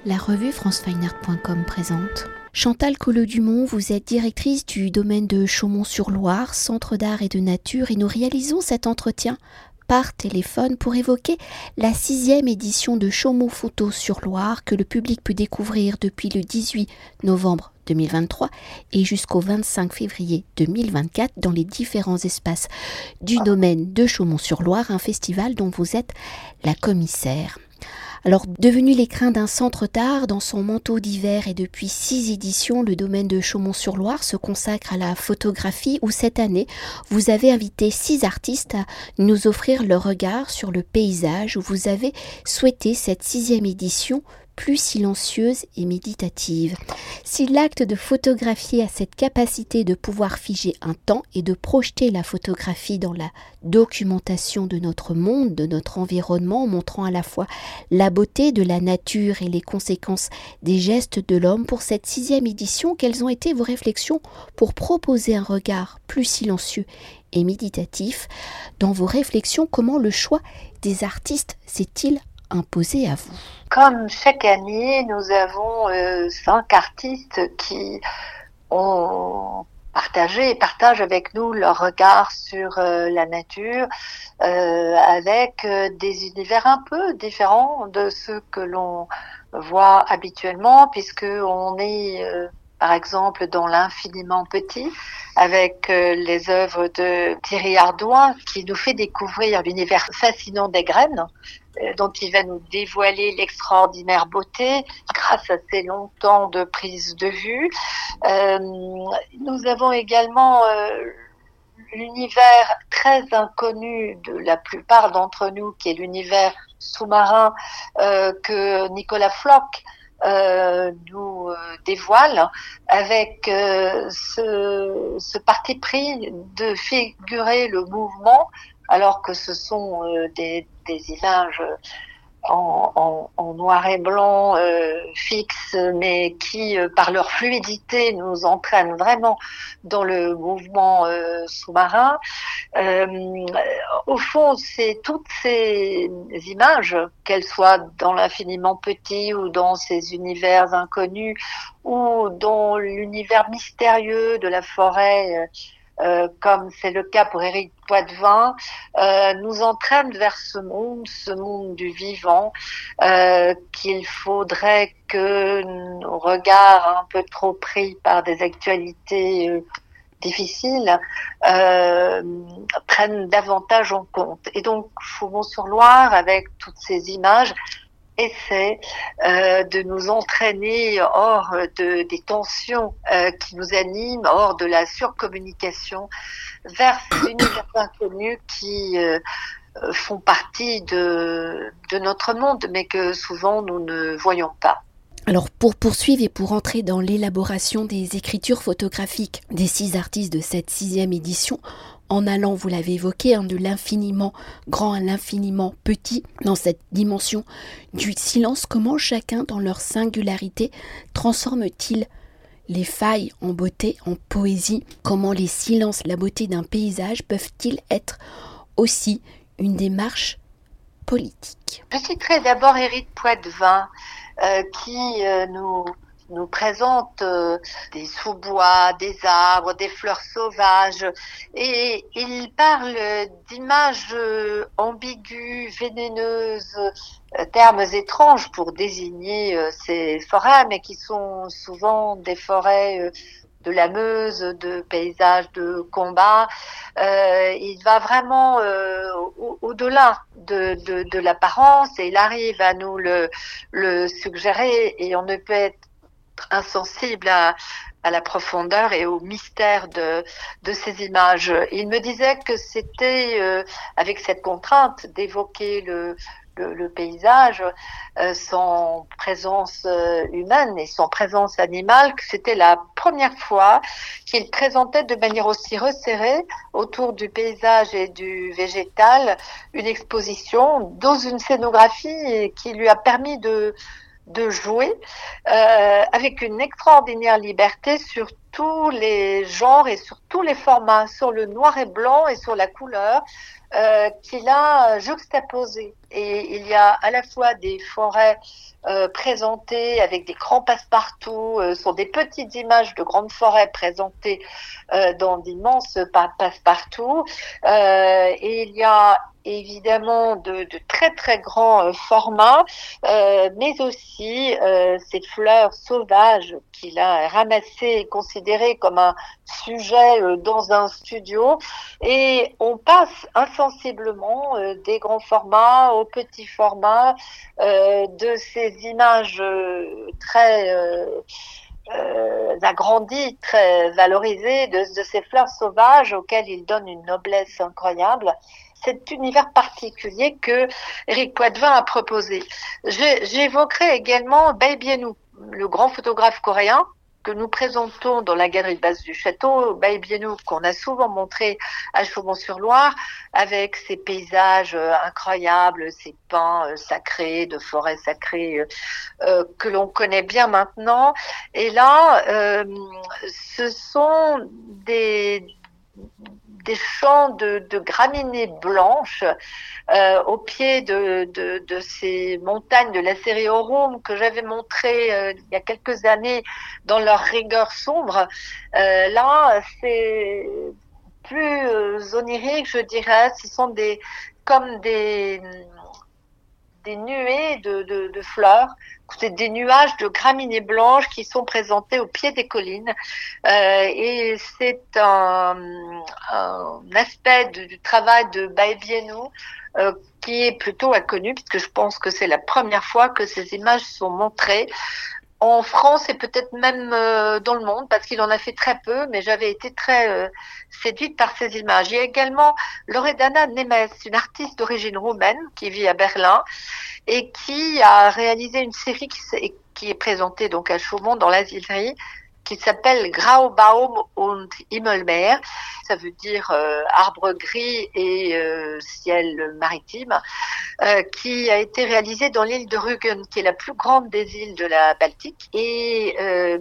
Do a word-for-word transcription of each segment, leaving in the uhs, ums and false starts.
La revue france fine art point com présente. Chantal Collot-Dumont, vous êtes directrice du domaine de Chaumont-sur-Loire, centre d'art et de nature, et nous réalisons cet entretien par téléphone pour évoquer la sixième édition de Chaumont Photo sur Loire que le public peut découvrir depuis le dix-huit novembre deux mille vingt-trois et jusqu'au vingt-cinq février deux mille vingt-quatre dans les différents espaces du domaine de Chaumont-sur-Loire, un festival dont vous êtes la commissaire. Alors, devenu l'écrin d'un centre d'art dans son manteau d'hiver et depuis six éditions, le domaine de Chaumont-sur-Loire se consacre à la photographie où cette année, vous avez invité six artistes à nous offrir leur regard sur le paysage où vous avez souhaité cette sixième édition plus silencieuse et méditative. Si l'acte de photographier a cette capacité de pouvoir figer un temps et de projeter la photographie dans la documentation de notre monde, de notre environnement, montrant à la fois la beauté de la nature et les conséquences des gestes de l'homme, pour cette sixième édition, quelles ont été vos réflexions pour proposer un regard plus silencieux et méditatif? Dans vos réflexions, comment le choix des artistes s'est-il imposé à vous? Comme chaque année, nous avons euh, cinq artistes qui ont partagé et partagent avec nous leur regard sur euh, la nature, euh, avec euh, des univers un peu différents de ceux que l'on voit habituellement, puisque on est euh, par exemple dans l'infiniment petit, avec euh, les œuvres de Thierry Ardouin, qui nous fait découvrir l'univers fascinant des graines, euh, dont il va nous dévoiler l'extraordinaire beauté grâce à ses longs temps de prise de vue. Euh, nous avons également euh, l'univers très inconnu de la plupart d'entre nous, qui est l'univers sous-marin euh, que Nicolas Floch Euh, nous euh, dévoile, avec euh, ce, ce parti pris de figurer le mouvement, alors que ce sont euh, des, des images en, en, en noir et blanc euh, fixes, mais qui, euh, par leur fluidité, nous entraînent vraiment dans le mouvement euh, sous-marin. Euh, au fond, c'est toutes ces images, qu'elles soient dans l'infiniment petit ou dans ces univers inconnus ou dans l'univers mystérieux de la forêt, euh, comme c'est le cas pour Éric Poitvin, euh, nous entraînent vers ce monde, ce monde du vivant, euh, qu'il faudrait que nos regards un peu trop pris par des actualités euh, difficiles euh, prennent davantage en compte. Et donc, Chaumont-sur-Loire, avec toutes ces images, essaie euh, de nous entraîner hors de, des tensions euh, qui nous animent, hors de la surcommunication, vers ces univers inconnus qui euh, font partie de, de notre monde, mais que souvent nous ne voyons pas. Alors pour poursuivre et pour entrer dans l'élaboration des écritures photographiques des six artistes de cette sixième édition, en allant, vous l'avez évoqué, hein, de l'infiniment grand à l'infiniment petit, dans cette dimension du silence, comment chacun, dans leur singularité, transforme-t-il les failles en beauté, en poésie? Comment les silences, la beauté d'un paysage peuvent-ils être aussi une démarche politique? Je citerai d'abord Éric Poitvin, euh, qui euh, nous... nous présente euh, des sous-bois, des arbres, des fleurs sauvages, et il parle d'images euh, ambiguës, vénéneuses, euh, termes étranges pour désigner euh, ces forêts, mais qui sont souvent des forêts euh, de la Meuse, de paysages de combat. Euh, il va vraiment euh, au- au-delà de, de, de l'apparence, et il arrive à nous le, le suggérer, et on ne peut être insensible à, à la profondeur et au mystère de, de ces images. Il me disait que c'était euh, avec cette contrainte d'évoquer le, le, le paysage euh, sans présence euh, humaine et sans présence animale, que c'était la première fois qu'il présentait de manière aussi resserrée autour du paysage et du végétal une exposition dans une scénographie qui lui a permis de de jouer euh, avec une extraordinaire liberté sur tous les genres et sur tous les formats, sur le noir et blanc et sur la couleur euh, qu'il a juxtaposé. Et il y a à la fois des forêts euh, présentées avec des grands passe-partout, euh, sur des petites images de grandes forêts présentées euh, dans d'immenses passe-partout. Euh, et il y a évidemment de, de très très grands euh, formats, euh, mais aussi euh, ces fleurs sauvages qu'il a ramassées et considérées comme un sujet euh, dans un studio. Et on passe insensiblement euh, des grands formats aux petits formats, euh, de ces images euh, très euh, euh, agrandies, très valorisées, de, de ces fleurs sauvages auxquelles il donne une noblesse incroyable. Cet univers particulier que Éric Poitvin a proposé. J'évoquerai également Bai Bienu, le grand photographe coréen que nous présentons dans la galerie de base du château, Bai Bienu, qu'on a souvent montré à Chaumont-sur-Loire, avec ses paysages incroyables, ses pins sacrés, de forêts sacrées euh, que l'on connaît bien maintenant. Et là, euh, ce sont des des champs de, de graminées blanches euh, au pied de, de, de ces montagnes de la série Aurum que j'avais montrées euh, il y a quelques années dans leur rigueur sombre. Euh, là, c'est plus euh, onirique, je dirais. Ce sont des comme des des nuées de, de, de fleurs. C'est des nuages de graminées blanches qui sont présentés au pied des collines. Euh, et c'est un, un aspect du, du travail de Bai Bienu euh, qui est plutôt inconnu, puisque je pense que c'est la première fois que ces images sont montrées en France et peut-être même euh, dans le monde, parce qu'il en a fait très peu, mais j'avais été très euh, séduite par ces images. Il y a également Loredana Nemes, une artiste d'origine roumaine qui vit à Berlin et qui a réalisé une série qui, qui est présentée donc à Chaumont dans l'Asilerie, qui s'appelle Graubaum und Himmelmeer. Ça veut dire euh, arbre gris et euh, ciel maritime, euh, qui a été réalisée dans l'île de Rügen, qui est la plus grande des îles de la Baltique, et euh,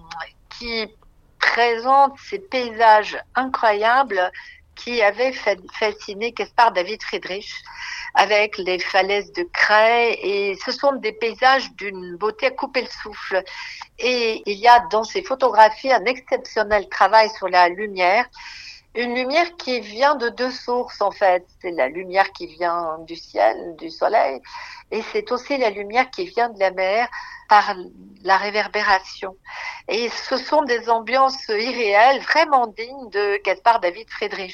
qui présente ces paysages incroyables qui avaient fasciné Caspar David Friedrich, avec les falaises de craie, et ce sont des paysages d'une beauté à couper le souffle. Et il y a dans ces photographies un exceptionnel travail sur la lumière, une lumière qui vient de deux sources en fait. C'est la lumière qui vient du ciel, du soleil, et c'est aussi la lumière qui vient de la mer par la réverbération. Et ce sont des ambiances irréelles, vraiment dignes de Caspar David Friedrich.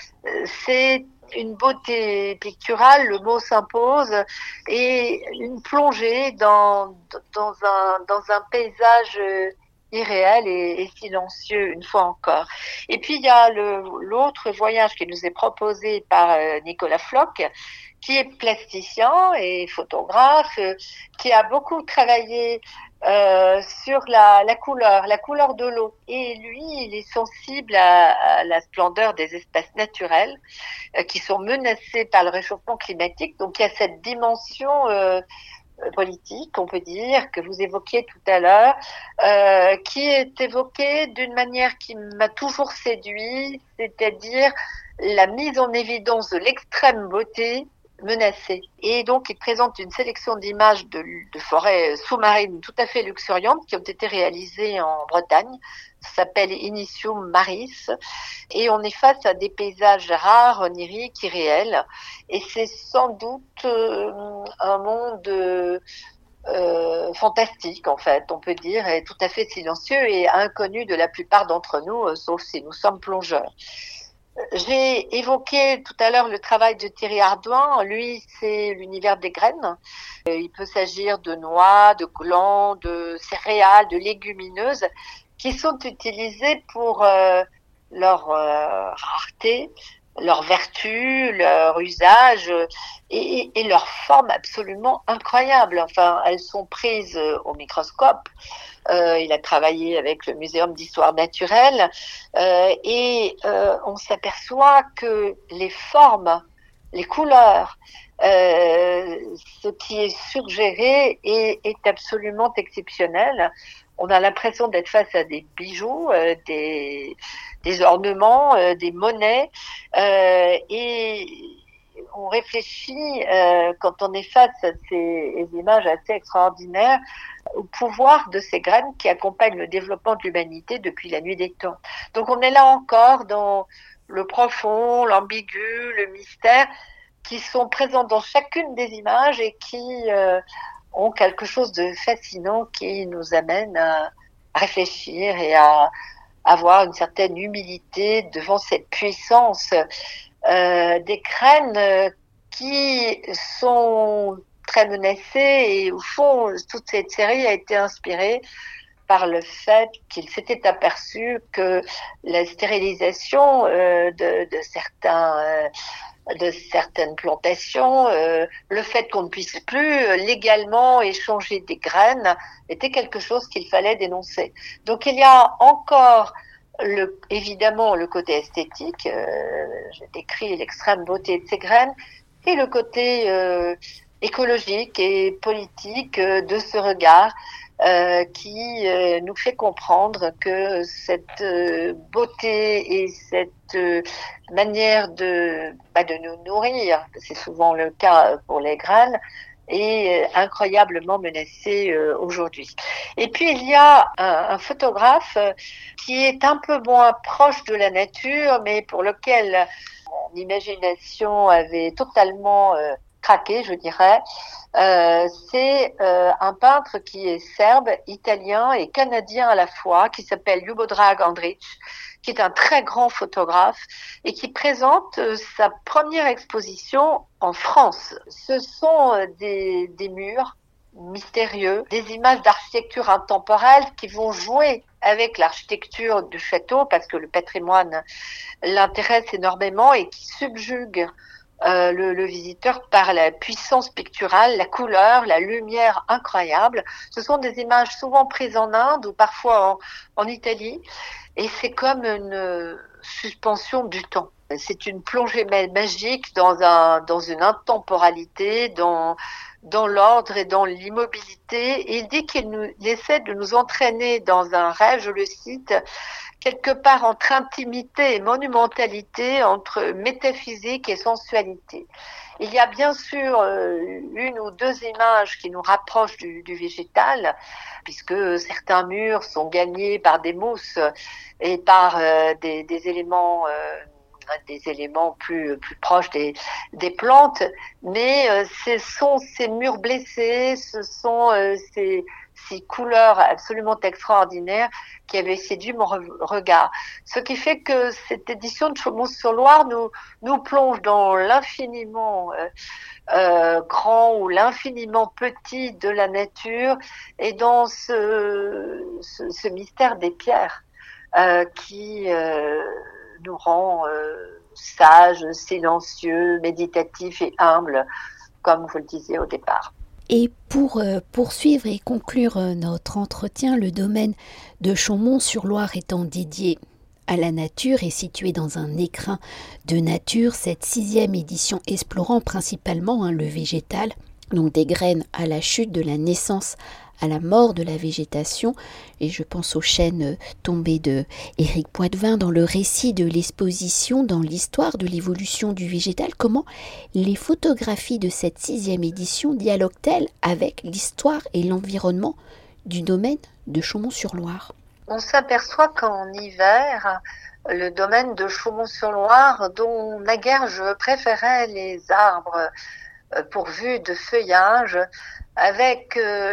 C'est une beauté picturale, le mot s'impose, et une plongée dans, dans, un, dans un paysage irréel et, et silencieux, une fois encore. Et puis, il y a le, l'autre voyage qui nous est proposé par Nicolas Floch, qui est plasticien et photographe, qui a beaucoup travaillé euh, sur la, la couleur, la couleur de l'eau. Et lui, il est sensible à, à la splendeur des espaces naturels euh, qui sont menacés par le réchauffement climatique. Donc, il y a cette dimension euh, politique, on peut dire, que vous évoquiez tout à l'heure, euh, qui est évoquée d'une manière qui m'a toujours séduit, c'est-à-dire la mise en évidence de l'extrême beauté menacée. Et donc, il présente une sélection d'images de, de forêts sous-marines tout à fait luxuriantes qui ont été réalisées en Bretagne. Ça s'appelle Initium Maris. Et on est face à des paysages rares, oniriques, irréels. Et c'est sans doute euh, un monde euh, euh, fantastique, en fait, on peut dire, et tout à fait silencieux et inconnu de la plupart d'entre nous, euh, sauf si nous sommes plongeurs. J'ai évoqué tout à l'heure le travail de Thierry Ardouin. Lui, c'est l'univers des graines. Il peut s'agir de noix, de glands, de céréales, de légumineuses qui sont utilisées pour euh, leur euh, rareté, leur vertu, leur usage et, et leur forme absolument incroyable. Enfin, elles sont prises au microscope. Euh, il a travaillé avec le Muséum d'histoire naturelle euh, et euh, on s'aperçoit que les formes, les couleurs, euh, ce qui est suggéré est, est absolument exceptionnel. On a l'impression d'être face à des bijoux, euh, des, des ornements, euh, des monnaies, euh, et on réfléchit, euh, quand on est face à ces images assez extraordinaires, au pouvoir de ces graines qui accompagnent le développement de l'humanité depuis la nuit des temps. Donc on est là encore dans le profond, l'ambigu, le mystère, qui sont présents dans chacune des images et qui euh, ont quelque chose de fascinant qui nous amène à réfléchir et à avoir une certaine humilité devant cette puissance euh, des graines qui sont très menacées. Et au fond, toute cette série a été inspirée par le fait qu'il s'était aperçu que la stérilisation euh, de, de certains euh, de certaines plantations, euh, le fait qu'on ne puisse plus légalement échanger des graines était quelque chose qu'il fallait dénoncer. Donc il y a encore le, évidemment le côté esthétique, euh, j'ai décrit l'extrême beauté de ces graines, et le côté euh, écologique et politique euh, de ce regard euh, qui euh, nous fait comprendre que cette euh, beauté et cette euh, manière de, bah, de nous nourrir, c'est souvent le cas pour les graines, est euh, incroyablement menacée euh, aujourd'hui. Et puis il y a un, un photographe qui est un peu moins proche de la nature, mais pour lequel mon imagination avait totalement euh, craqué, je dirais. Euh, c'est euh, un peintre qui est serbe, italien et canadien à la fois, qui s'appelle Ljubodrag Andrić, qui est un très grand photographe et qui présente euh, sa première exposition en France. Ce sont euh, des, des murs mystérieux, des images d'architecture intemporelle qui vont jouer avec l'architecture du château parce que le patrimoine l'intéresse énormément et qui subjugue Euh, le, le visiteur par la puissance picturale, la couleur, la lumière incroyable. Ce sont des images souvent prises en Inde ou parfois en, en Italie, et c'est comme une suspension du temps. C'est une plongée magique dans un dans une intemporalité, dans dans l'ordre et dans l'immobilité. Et il dit qu'il nous il essaie de nous entraîner dans un rêve, je le cite, quelque part entre intimité et monumentalité, entre métaphysique et sensualité. Il y a bien sûr euh, une ou deux images qui nous rapprochent du, du végétal, puisque certains murs sont gagnés par des mousses et par euh, des, des éléments euh, des éléments plus plus proches des des plantes, mais euh, ce sont ces murs blessés, ce sont euh, ces ces couleurs absolument extraordinaires qui avaient séduit mon re- regard. Ce qui fait que cette édition de Chaumont-sur-Loire nous nous plonge dans l'infiniment euh, euh, grand ou l'infiniment petit de la nature et dans ce ce, ce mystère des pierres euh, qui euh, nous rend euh, sages, silencieux, méditatifs et humbles, comme vous le disiez au départ. Et pour euh, poursuivre et conclure euh, notre entretien, le domaine de Chaumont-sur-Loire étant dédié à la nature et situé dans un écrin de nature, cette sixième édition explorant principalement hein, le végétal, donc des graines à la chute, de la naissance à la mort de la végétation, et je pense aux chaînes tombées de Éric Poitvin dans le récit de l'exposition, dans l'histoire de l'évolution du végétal. Comment les photographies de cette sixième édition dialoguent-elles avec l'histoire et l'environnement du domaine de Chaumont-sur-Loire? On s'aperçoit qu'en hiver, le domaine de Chaumont-sur-Loire, dont naguère je préférais les arbres euh, pourvus de feuillage, avec euh,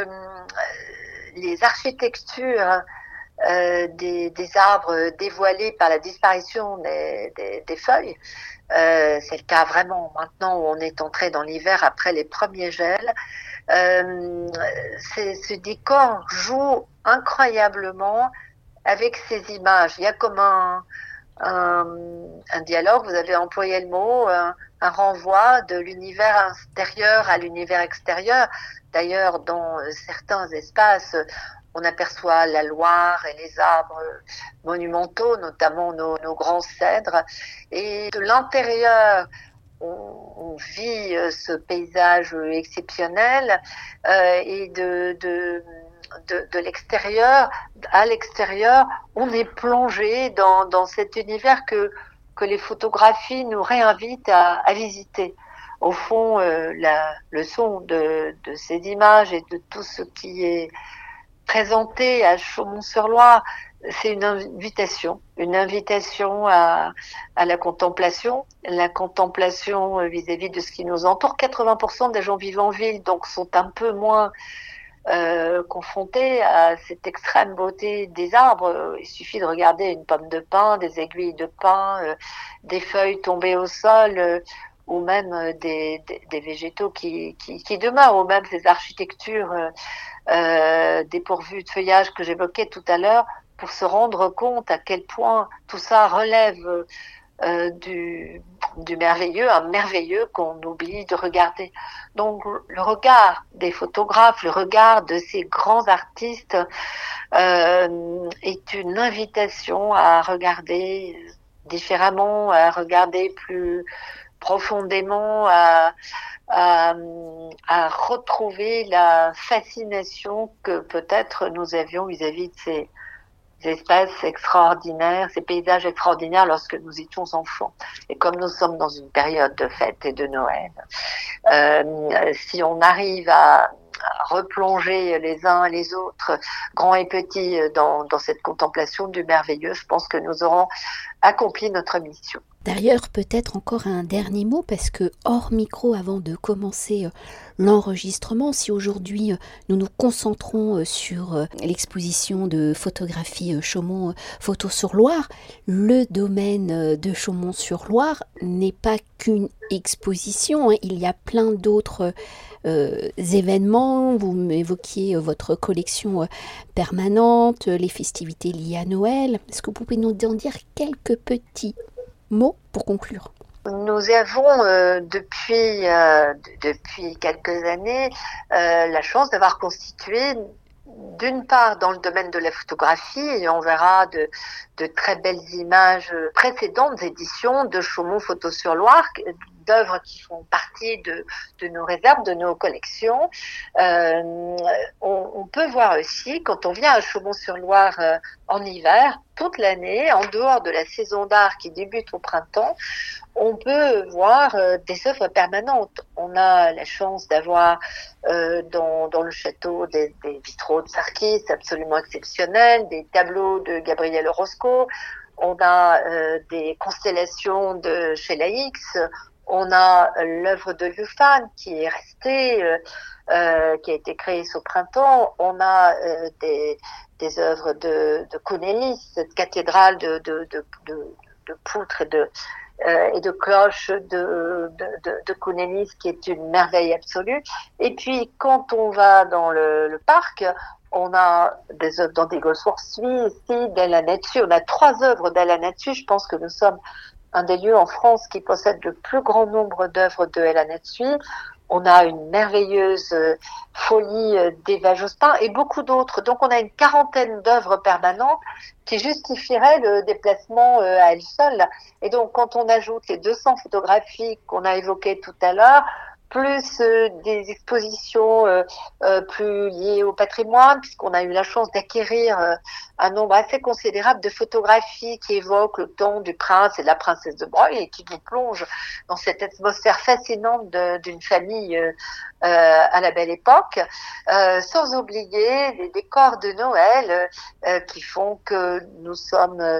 les architectures euh, des, des arbres dévoilés par la disparition des, des, des feuilles. Euh, c'est le cas vraiment maintenant où on est entré dans l'hiver après les premiers gels. Euh, ce décor joue incroyablement avec ces images. Il y a comme un, un, un dialogue, vous avez employé le mot, un, un renvoi de l'univers intérieur à l'univers extérieur. D'ailleurs, dans certains espaces, on aperçoit la Loire et les arbres monumentaux, notamment nos, nos grands cèdres. Et de l'intérieur on, on vit ce paysage exceptionnel euh, et de, de, de, de l'extérieur, à l'extérieur, on est plongé dans, dans cet univers que, que les photographies nous réinvitent à, à visiter. Au fond, euh, la, le son de, de ces images et de tout ce qui est présenté à Chaumont-sur-Loire, c'est une invitation, une invitation à, à la contemplation, la contemplation vis-à-vis de ce qui nous entoure. quatre-vingts pour cent des gens vivent en ville, donc sont un peu moins euh, confrontés à cette extrême beauté des arbres. Il suffit de regarder une pomme de pin, des aiguilles de pin, euh, des feuilles tombées au sol, euh, ou même des, des, des végétaux qui, qui, qui demeurent, ou même ces architectures euh, euh, dépourvues de feuillage que j'évoquais tout à l'heure, pour se rendre compte à quel point tout ça relève euh, du, du merveilleux, un merveilleux qu'on oublie de regarder. Donc le regard des photographes, le regard de ces grands artistes euh, est une invitation à regarder différemment, à regarder plus profondément, à, à, à retrouver la fascination que peut-être nous avions vis-à-vis de ces espaces extraordinaires, ces paysages extraordinaires lorsque nous étions enfants. Et comme nous sommes dans une période de fête et de Noël, euh, si on arrive à, à replonger les uns et les autres, grands et petits, dans, dans cette contemplation du merveilleux, je pense que nous aurons accompli notre mission. D'ailleurs, peut-être encore un dernier mot, parce que hors micro, avant de commencer l'enregistrement, si aujourd'hui nous nous concentrons sur l'exposition de photographie Chaumont Photos sur Loire, le domaine de Chaumont-sur-Loire n'est pas qu'une exposition, hein. Il y a plein d'autres euh, événements. Vous évoquiez votre collection permanente, les festivités liées à Noël. Est-ce que vous pouvez nous en dire quelques petits mots pour conclure? Nous avons euh, depuis euh, d- depuis quelques années euh, la chance d'avoir constitué, d'une part dans le domaine de la photographie, et on verra de, de très belles images précédentes éditions de Chaumont Photos sur Loire, d'œuvres qui font partie de, de nos réserves, de nos collections. Euh, on, on peut voir aussi, quand on vient à Chaumont-sur-Loire euh, en hiver, toute l'année, en dehors de la saison d'art qui débute au printemps, on peut voir euh, des œuvres permanentes. On a la chance d'avoir euh, dans, dans le château des, des vitraux de Sarkis absolument exceptionnels, des tableaux de Gabriel Orozco, on a euh, des constellations de Sheila Hicks, on a l'œuvre de Liu Fan qui est restée, euh, euh, qui a été créée ce printemps, on a euh, des, des œuvres de, de Cornelis, cette cathédrale de, de, de, de, de poutres et de Euh, et de cloches de, de, de, de Cornelis, qui est une merveille absolue. Et puis, quand on va dans le, le parc, on a des œuvres dans des Goldsworthy, ici, d'Ella Natsu. On a trois œuvres d'Ella Natsu. Je pense que nous sommes un des lieux en France qui possède le plus grand nombre d'œuvres de Ella Natsu. On a une merveilleuse euh, folie euh, d'Eva Jospin et beaucoup d'autres. Donc, on a une quarantaine d'œuvres permanentes qui justifieraient le déplacement euh, à elle seule. Et donc, quand on ajoute les deux cents photographies qu'on a évoquées tout à l'heure, plus euh, des expositions euh, euh, plus liées au patrimoine, puisqu'on a eu la chance d'acquérir euh, un nombre assez considérable de photographies qui évoquent le temps du prince et de la princesse de Broglie et qui nous plongent dans cette atmosphère fascinante de, d'une famille euh, euh, à la belle époque, euh, sans oublier les décors de Noël euh, qui font que nous sommes euh,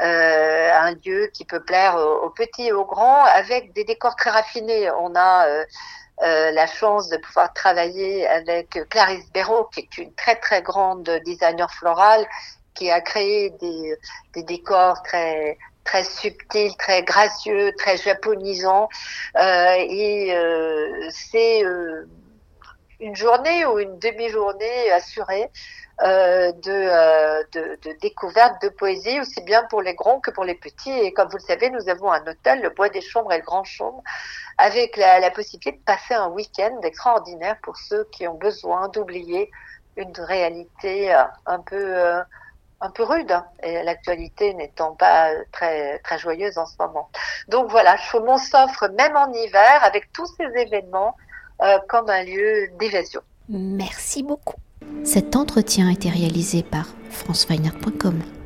un lieu qui peut plaire aux, aux petits et aux grands, avec des décors très raffinés. On a euh, Euh, la chance de pouvoir travailler avec Clarisse Béraud, qui est une très très grande designer florale, qui a créé des, des décors très très subtils, très gracieux, très japonisants. Euh, et euh, c'est euh, une journée ou une demi-journée assurée euh, de, euh, de, de découverte de poésie, aussi bien pour les grands que pour les petits. Et comme vous le savez, nous avons un hôtel, le Bois des Chambres et le Grand Chambre, avec la, la possibilité de passer un week-end extraordinaire pour ceux qui ont besoin d'oublier une réalité un peu, euh, un peu rude, hein, et l'actualité n'étant pas très très joyeuse en ce moment. Donc voilà, Chaumont s'offre même en hiver avec tous ces événements euh, comme un lieu d'évasion. Merci beaucoup. Cet entretien a été réalisé par franceweiner point com.